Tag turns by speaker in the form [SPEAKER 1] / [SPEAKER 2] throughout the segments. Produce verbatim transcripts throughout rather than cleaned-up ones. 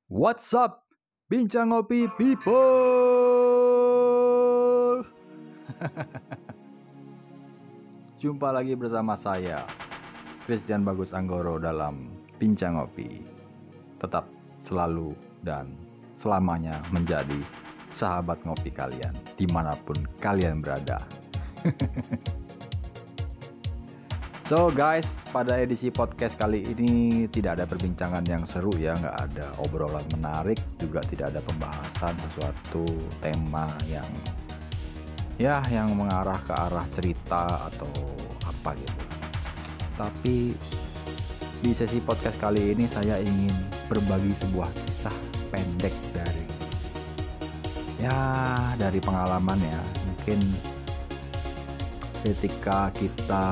[SPEAKER 1] What's up, Bincang Ngopi people? Jumpa lagi bersama saya, Christian Bagus Anggoro dalam Bincang Ngopi. Tetap selalu dan selamanya menjadi sahabat ngopi kalian, dimanapun kalian berada. So guys, pada edisi podcast kali ini tidak ada perbincangan yang seru ya, nggak ada obrolan menarik, juga tidak ada pembahasan sesuatu tema yang ya yang mengarah ke arah cerita atau apa gitu. Tapi di sesi podcast kali ini saya ingin berbagi sebuah kisah pendek dari ya dari pengalaman ya. Mungkin ketika kita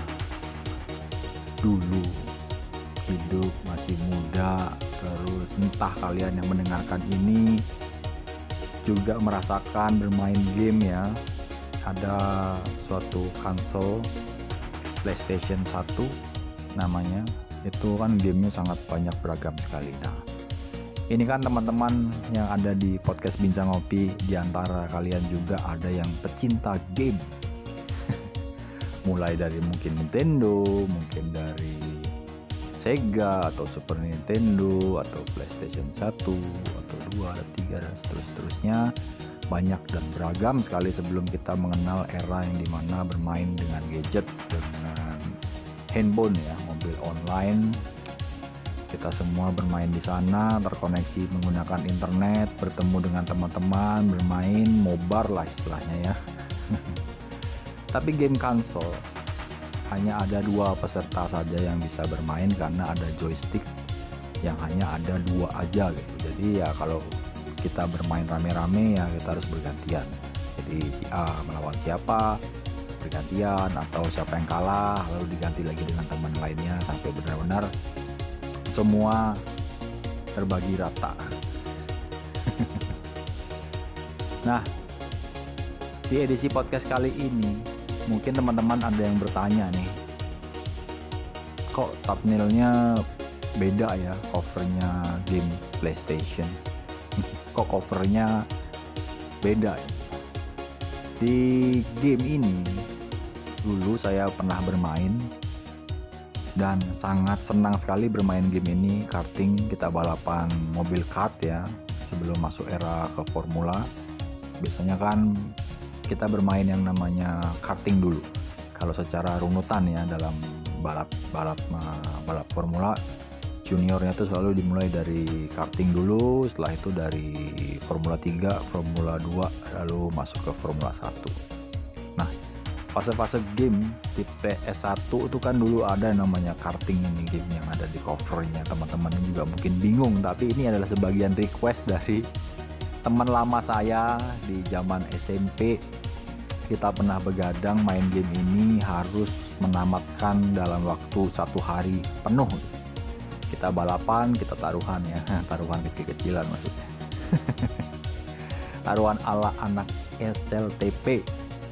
[SPEAKER 1] dulu hidup masih muda, terus entah kalian yang mendengarkan ini juga merasakan bermain game ya, ada suatu konsol PlayStation satu namanya, itu kan gamenya sangat banyak beragam sekali. Nah ini kan teman-teman yang ada di podcast Bincang Ngopi, diantara kalian juga ada yang pecinta game mulai dari mungkin Nintendo, mungkin dari Sega atau Super Nintendo atau PlayStation satu atau dua, tiga dan seterusnya, banyak dan beragam sekali sebelum kita mengenal era yang dimana bermain dengan gadget, dengan handphone ya, mobil online. Kita semua bermain di sana, terkoneksi menggunakan internet, bertemu dengan teman-teman, bermain mobar lah istilahnya ya. Tapi game konsol hanya ada dua peserta saja yang bisa bermain karena ada joystick yang hanya ada dua aja gitu. Jadi ya kalau kita bermain rame-rame ya kita harus bergantian. Jadi si A melawan siapa bergantian, atau siapa yang kalah lalu diganti lagi dengan teman lainnya sampai benar-benar semua terbagi rata. Nah, di edisi podcast kali ini mungkin teman-teman ada yang bertanya nih, kok thumbnailnya beda ya, covernya game PlayStation, kok covernya beda ya? Di game ini dulu saya pernah bermain dan sangat senang sekali bermain game ini. Karting, kita balapan mobil kart ya, sebelum masuk era ke formula. Biasanya kan kita bermain yang namanya karting dulu. Kalau secara runutan ya dalam balap balap balap formula, juniornya itu selalu dimulai dari karting dulu, setelah itu dari formula tiga, formula dua, lalu masuk ke formula satu. Nah, fase-fase game di P S satu itu kan dulu ada namanya karting, ini game yang ada di covernya. Teman-teman juga mungkin bingung, tapi ini adalah sebagian request dari teman lama saya di zaman S M P. Kita pernah begadang main game ini, harus menamatkan dalam waktu satu hari penuh. Kita balapan, kita taruhan ya, taruhan kecil-kecilan maksudnya. Taruhan ala anak S L T P.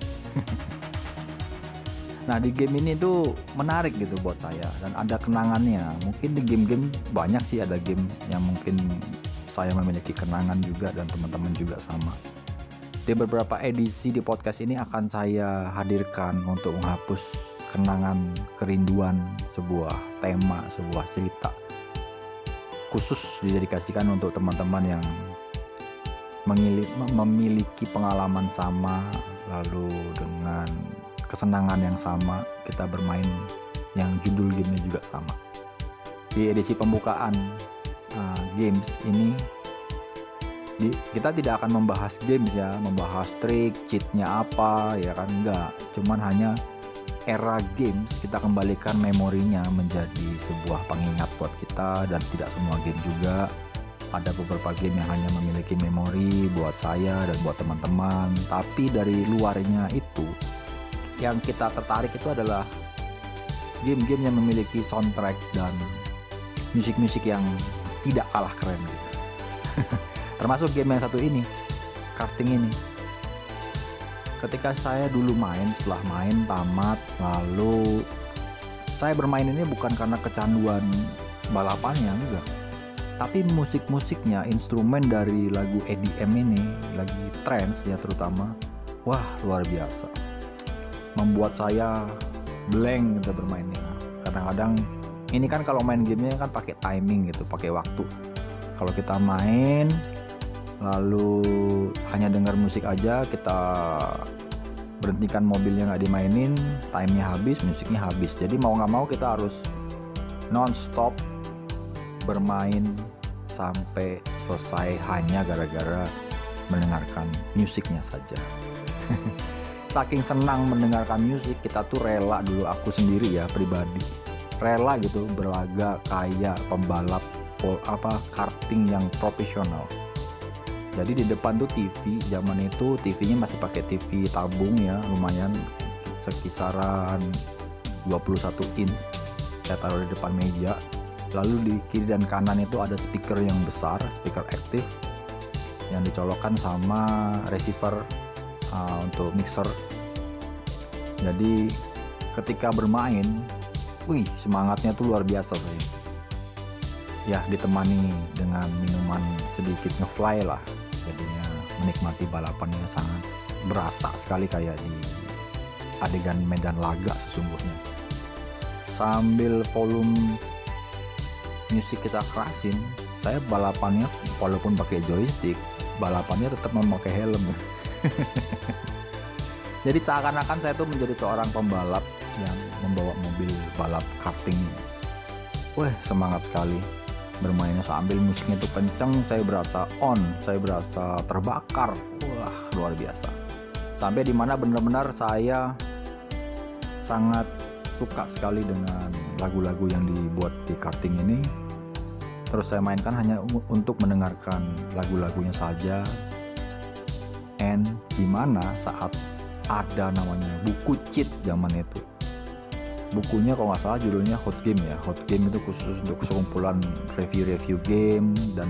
[SPEAKER 1] Nah di game ini tuh menarik gitu buat saya dan ada kenangannya. Mungkin di game-game banyak sih, ada game yang mungkin saya memiliki kenangan juga dan teman-teman juga sama. Di beberapa edisi di podcast ini akan saya hadirkan untuk menghapus kenangan, kerinduan sebuah tema, sebuah cerita khusus didedikasikan untuk teman-teman yang memiliki pengalaman sama, lalu dengan kesenangan yang sama, kita bermain yang judul gamenya juga sama. Di edisi pembukaan uh, games ini Di, kita tidak akan membahas games ya, membahas trik, cheatnya apa ya kan, enggak. Cuman hanya era games kita kembalikan memorinya menjadi sebuah pengingat buat kita, dan tidak semua game juga. Ada beberapa game yang hanya memiliki memori buat saya dan buat teman-teman. Tapi dari luarnya itu, yang kita tertarik itu adalah game-game yang memiliki soundtrack dan musik-musik yang tidak kalah keren gitu. Termasuk game yang satu ini, karting ini. Ketika saya dulu main, setelah main tamat, lalu saya bermain ini bukan karena kecanduan balapannya, enggak. Tapi musik-musiknya, instrumen dari lagu E D M ini, lagi trance ya terutama, wah luar biasa. Membuat saya blank kita bermainnya. Kadang-kadang ini kan kalau main gamenya kan pakai timing gitu, pakai waktu. Kalau kita main lalu hanya dengar musik aja, kita berhentikan mobilnya nggak dimainin, timenya habis, musiknya habis. Jadi mau nggak mau kita harus non-stop bermain sampai selesai hanya gara-gara mendengarkan musiknya saja. Saking senang mendengarkan musik, kita tuh rela dulu, aku sendiri ya pribadi rela gitu berlaga kayak pembalap full, apa karting yang profesional. Jadi di depan tuh T V, zaman itu T V-nya masih pakai T V tabung ya, lumayan sekisaran dua puluh satu inch. Saya taruh di depan meja. Lalu di kiri dan kanan itu ada speaker yang besar, speaker aktif yang dicolokkan sama receiver uh, untuk mixer. Jadi ketika bermain, wih semangatnya tuh luar biasa saya. Ya ditemani dengan minuman sedikit ngefly lah, jadinya menikmati balapannya sangat berasa sekali kayak di adegan medan laga sesungguhnya. Sambil volume musik kita kerasin, saya balapannya walaupun pakai joystick, balapannya tetap memakai helm. Jadi seakan-akan saya tuh menjadi seorang pembalap yang membawa mobil balap karting. Wah semangat sekali bermainnya, sambil musiknya tuh kenceng, saya berasa on, saya berasa terbakar. Wah luar biasa. Sampai dimana benar-benar saya sangat suka sekali dengan lagu-lagu yang dibuat di karting ini. Terus saya mainkan hanya untuk mendengarkan lagu-lagunya saja. And dimana saat ada namanya buku cheat zaman itu, bukunya kalau nggak salah judulnya Hot Game ya. Hot Game itu khusus untuk sekumpulan review-review game dan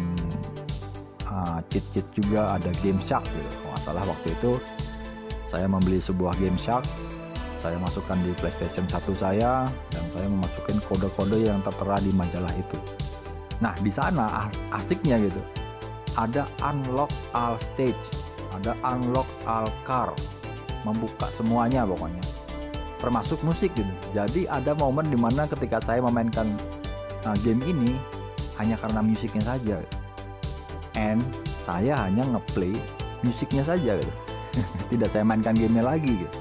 [SPEAKER 1] uh, cheat-cheat juga, ada Game Shark gitu. Kalau nggak salah waktu itu saya membeli sebuah Game Shark, saya masukkan di PlayStation satu saya, dan saya memasukkan kode-kode yang tertera di majalah itu. Nah di sana asiknya gitu, ada unlock all stage, ada unlock all car, membuka semuanya pokoknya, termasuk musik gitu. Jadi ada momen dimana ketika saya memainkan uh, game ini hanya karena musiknya saja, and saya hanya ngeplay musiknya saja gitu. Tidak saya mainkan gamenya lagi gitu.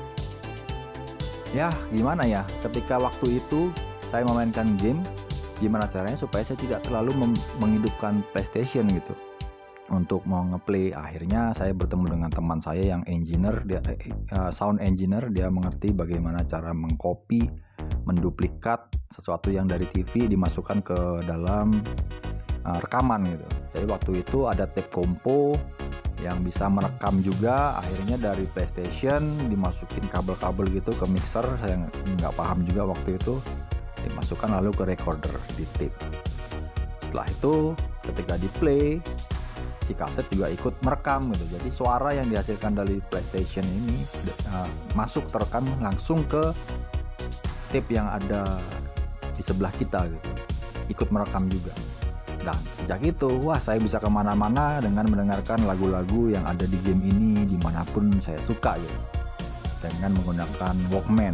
[SPEAKER 1] Ya gimana ya, ketika waktu itu saya memainkan game, gimana caranya supaya saya tidak terlalu menghidupkan PlayStation gitu untuk mau ngeplay. Akhirnya saya bertemu dengan teman saya yang engineer, dia uh, sound engineer, dia mengerti bagaimana cara mengcopy, menduplikat sesuatu yang dari T V dimasukkan ke dalam uh, rekaman gitu. Jadi waktu itu ada tape compo yang bisa merekam juga. Akhirnya dari PlayStation dimasukin kabel-kabel gitu ke mixer, saya nggak paham juga waktu itu, dimasukkan lalu ke recorder di tape. Setelah itu ketika di play, si kaset juga ikut merekam gitu. Jadi suara yang dihasilkan dari PlayStation ini uh, masuk terekam langsung ke tape yang ada di sebelah kita gitu, ikut merekam juga. Dan sejak itu, wah saya bisa kemana-mana dengan mendengarkan lagu-lagu yang ada di game ini dimanapun saya suka gitu, dengan menggunakan Walkman.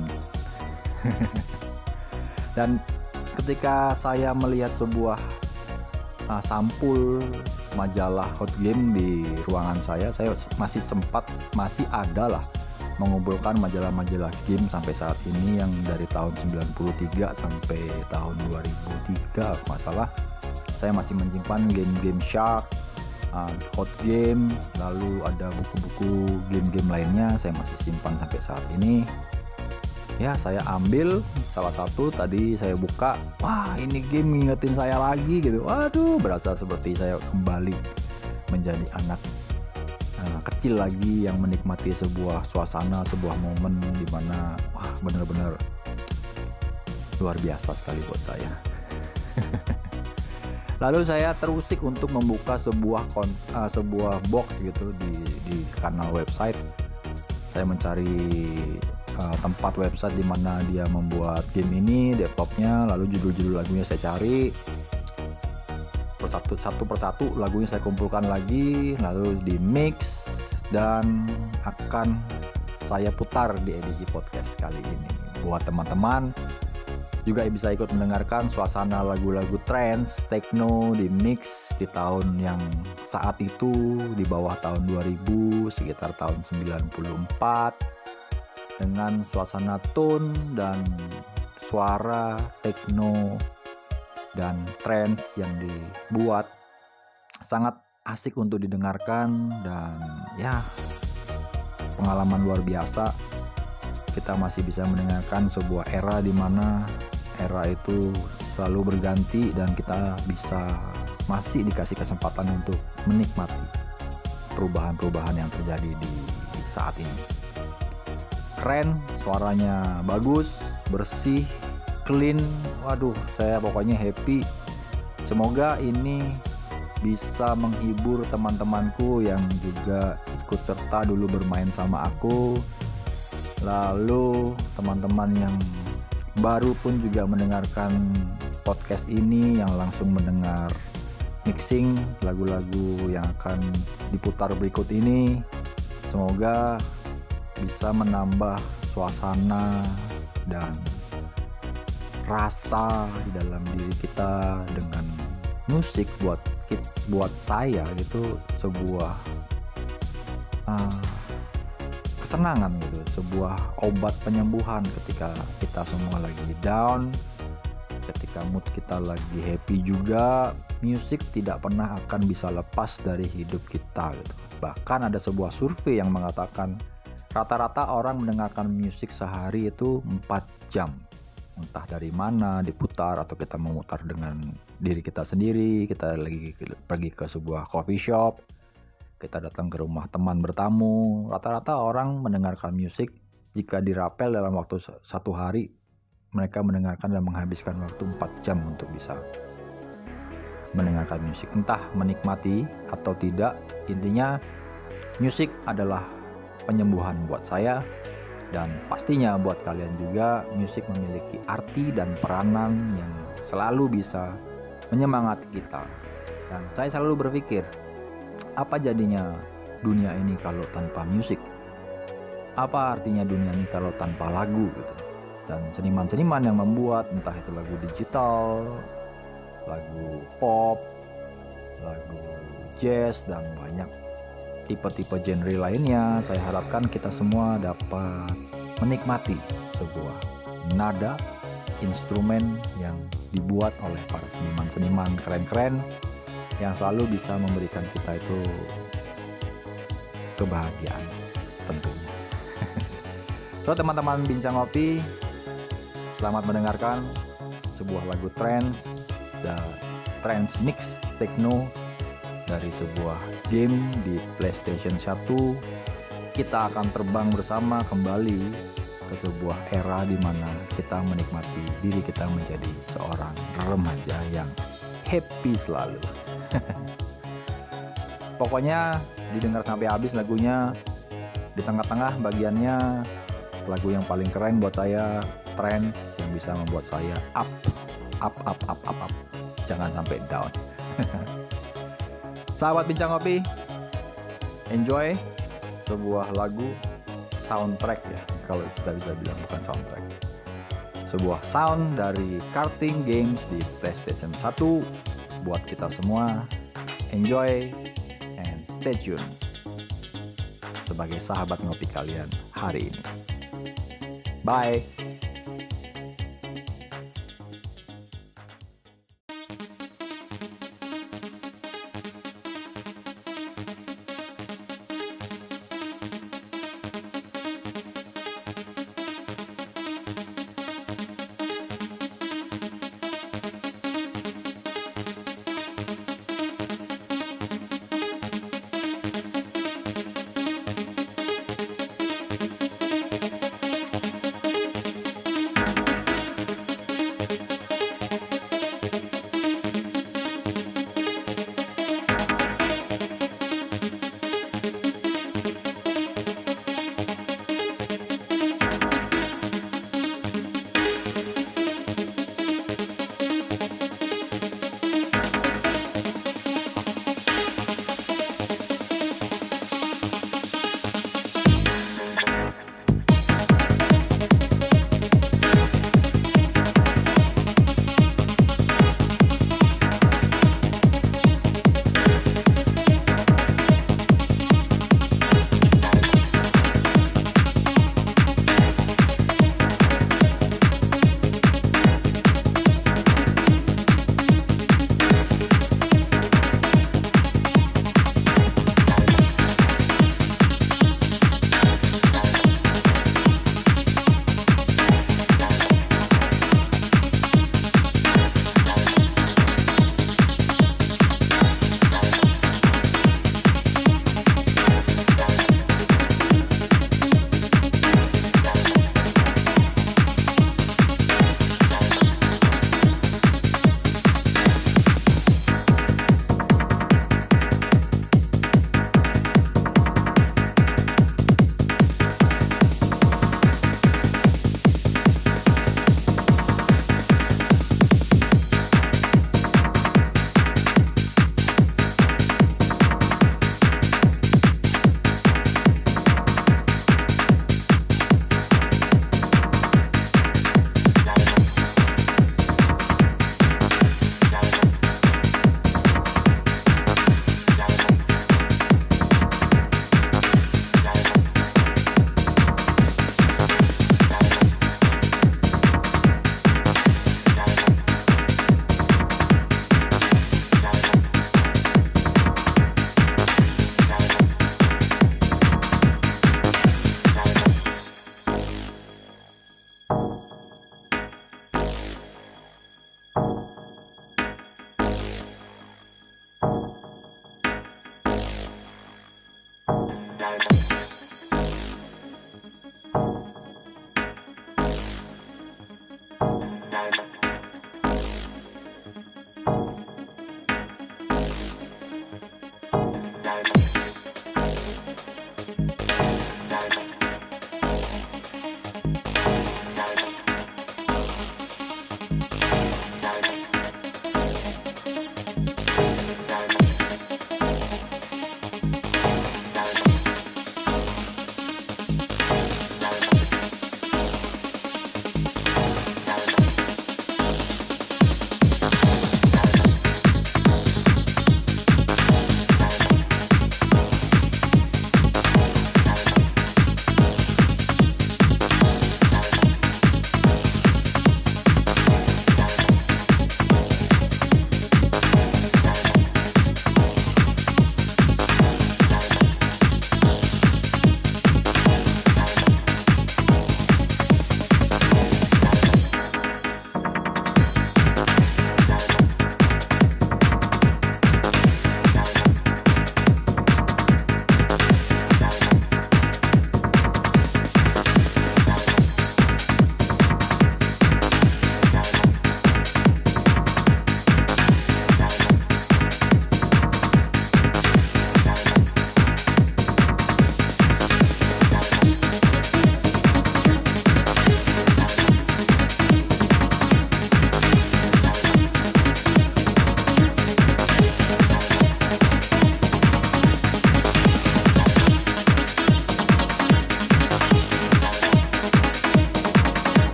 [SPEAKER 1] Dan ketika saya melihat sebuah uh, sampul majalah Hot Game di ruangan saya, saya masih sempat, masih ada lah mengumpulkan majalah-majalah game sampai saat ini yang dari tahun sembilan puluh tiga sampai tahun dua ribu tiga masalah. Saya masih menyimpan game-game Shark, uh, Hot Game, lalu ada buku-buku game-game lainnya saya masih simpan sampai saat ini. Ya saya ambil salah satu, tadi saya buka, wah ini game ngingetin saya lagi gitu. Waduh, berasa seperti saya kembali menjadi anak uh, kecil lagi yang menikmati sebuah suasana, sebuah momen di mana wah benar-benar luar biasa sekali buat saya. Lalu saya terusik untuk membuka sebuah kon, uh, sebuah box gitu di di kanal website. Saya mencari uh, tempat website di mana dia membuat game ini, developnya, lalu judul-judul lagunya saya cari. persatu satu persatu lagunya saya kumpulkan lagi, lalu di mix dan akan saya putar di edisi podcast kali ini. Buat teman-teman juga bisa ikut mendengarkan suasana lagu-lagu trance, techno di mix di tahun yang saat itu di bawah tahun dua ribu, sekitar tahun sembilan puluh empat, dengan suasana tone dan suara techno dan trance yang dibuat sangat asik untuk didengarkan, dan ya pengalaman luar biasa. Kita masih bisa mendengarkan sebuah era di mana era itu selalu berganti dan kita bisa masih dikasih kesempatan untuk menikmati perubahan-perubahan yang terjadi di saat ini. Keren, suaranya bagus, bersih, clean. Waduh, saya pokoknya happy. Semoga ini bisa menghibur teman-temanku yang juga ikut serta dulu bermain sama aku. Lalu teman-teman yang baru pun juga mendengarkan podcast ini, yang langsung mendengar mixing lagu-lagu yang akan diputar berikut ini, semoga bisa menambah suasana dan rasa di dalam diri kita dengan musik. Buat buat saya itu sebuah uh, kesenangan gitu, sebuah obat penyembuhan ketika kita semua lagi down, ketika mood kita lagi happy juga. Musik tidak pernah akan bisa lepas dari hidup kita gitu. Bahkan ada sebuah survei yang mengatakan rata-rata orang mendengarkan musik sehari itu empat jam. Entah dari mana diputar, atau kita memutar dengan diri kita sendiri, kita lagi pergi ke sebuah coffee shop, kita datang ke rumah teman bertamu. Rata-rata orang mendengarkan musik, jika dirapel dalam waktu satu hari, mereka mendengarkan dan menghabiskan waktu empat jam untuk bisa mendengarkan musik. Entah menikmati atau tidak, intinya musik adalah penyembuhan buat saya. Dan pastinya buat kalian juga, musik memiliki arti dan peranan yang selalu bisa menyemangati kita. Dan saya selalu berpikir, apa jadinya dunia ini kalau tanpa musik? Apa artinya dunia ini kalau tanpa lagu gitu? Dan seniman-seniman yang membuat, entah itu lagu digital, lagu pop, lagu jazz, dan banyak tipe-tipe genre lainnya, saya harapkan kita semua dapat menikmati sebuah nada instrumen yang dibuat oleh para seniman-seniman keren-keren yang selalu bisa memberikan kita itu kebahagiaan tentunya. So teman-teman Bincang Ngopi, selamat mendengarkan sebuah lagu trance dan trance mix techno dari sebuah game di PlayStation satu. Kita akan terbang bersama kembali ke sebuah era di mana kita menikmati diri kita menjadi seorang remaja yang happy selalu. Pokoknya didengar sampai habis lagunya. Di tengah-tengah bagiannya lagu yang paling keren buat saya, trance yang bisa membuat saya up, up, up, up, up, up. Jangan sampai down. Sahabat Bincang Ngopi, enjoy sebuah lagu soundtrack ya, kalau kita bisa bilang, bukan soundtrack, sebuah sound dari karting games di PlayStation satu buat kita semua. Enjoy and stay tune sebagai sahabat ngopi kalian hari ini. Bye.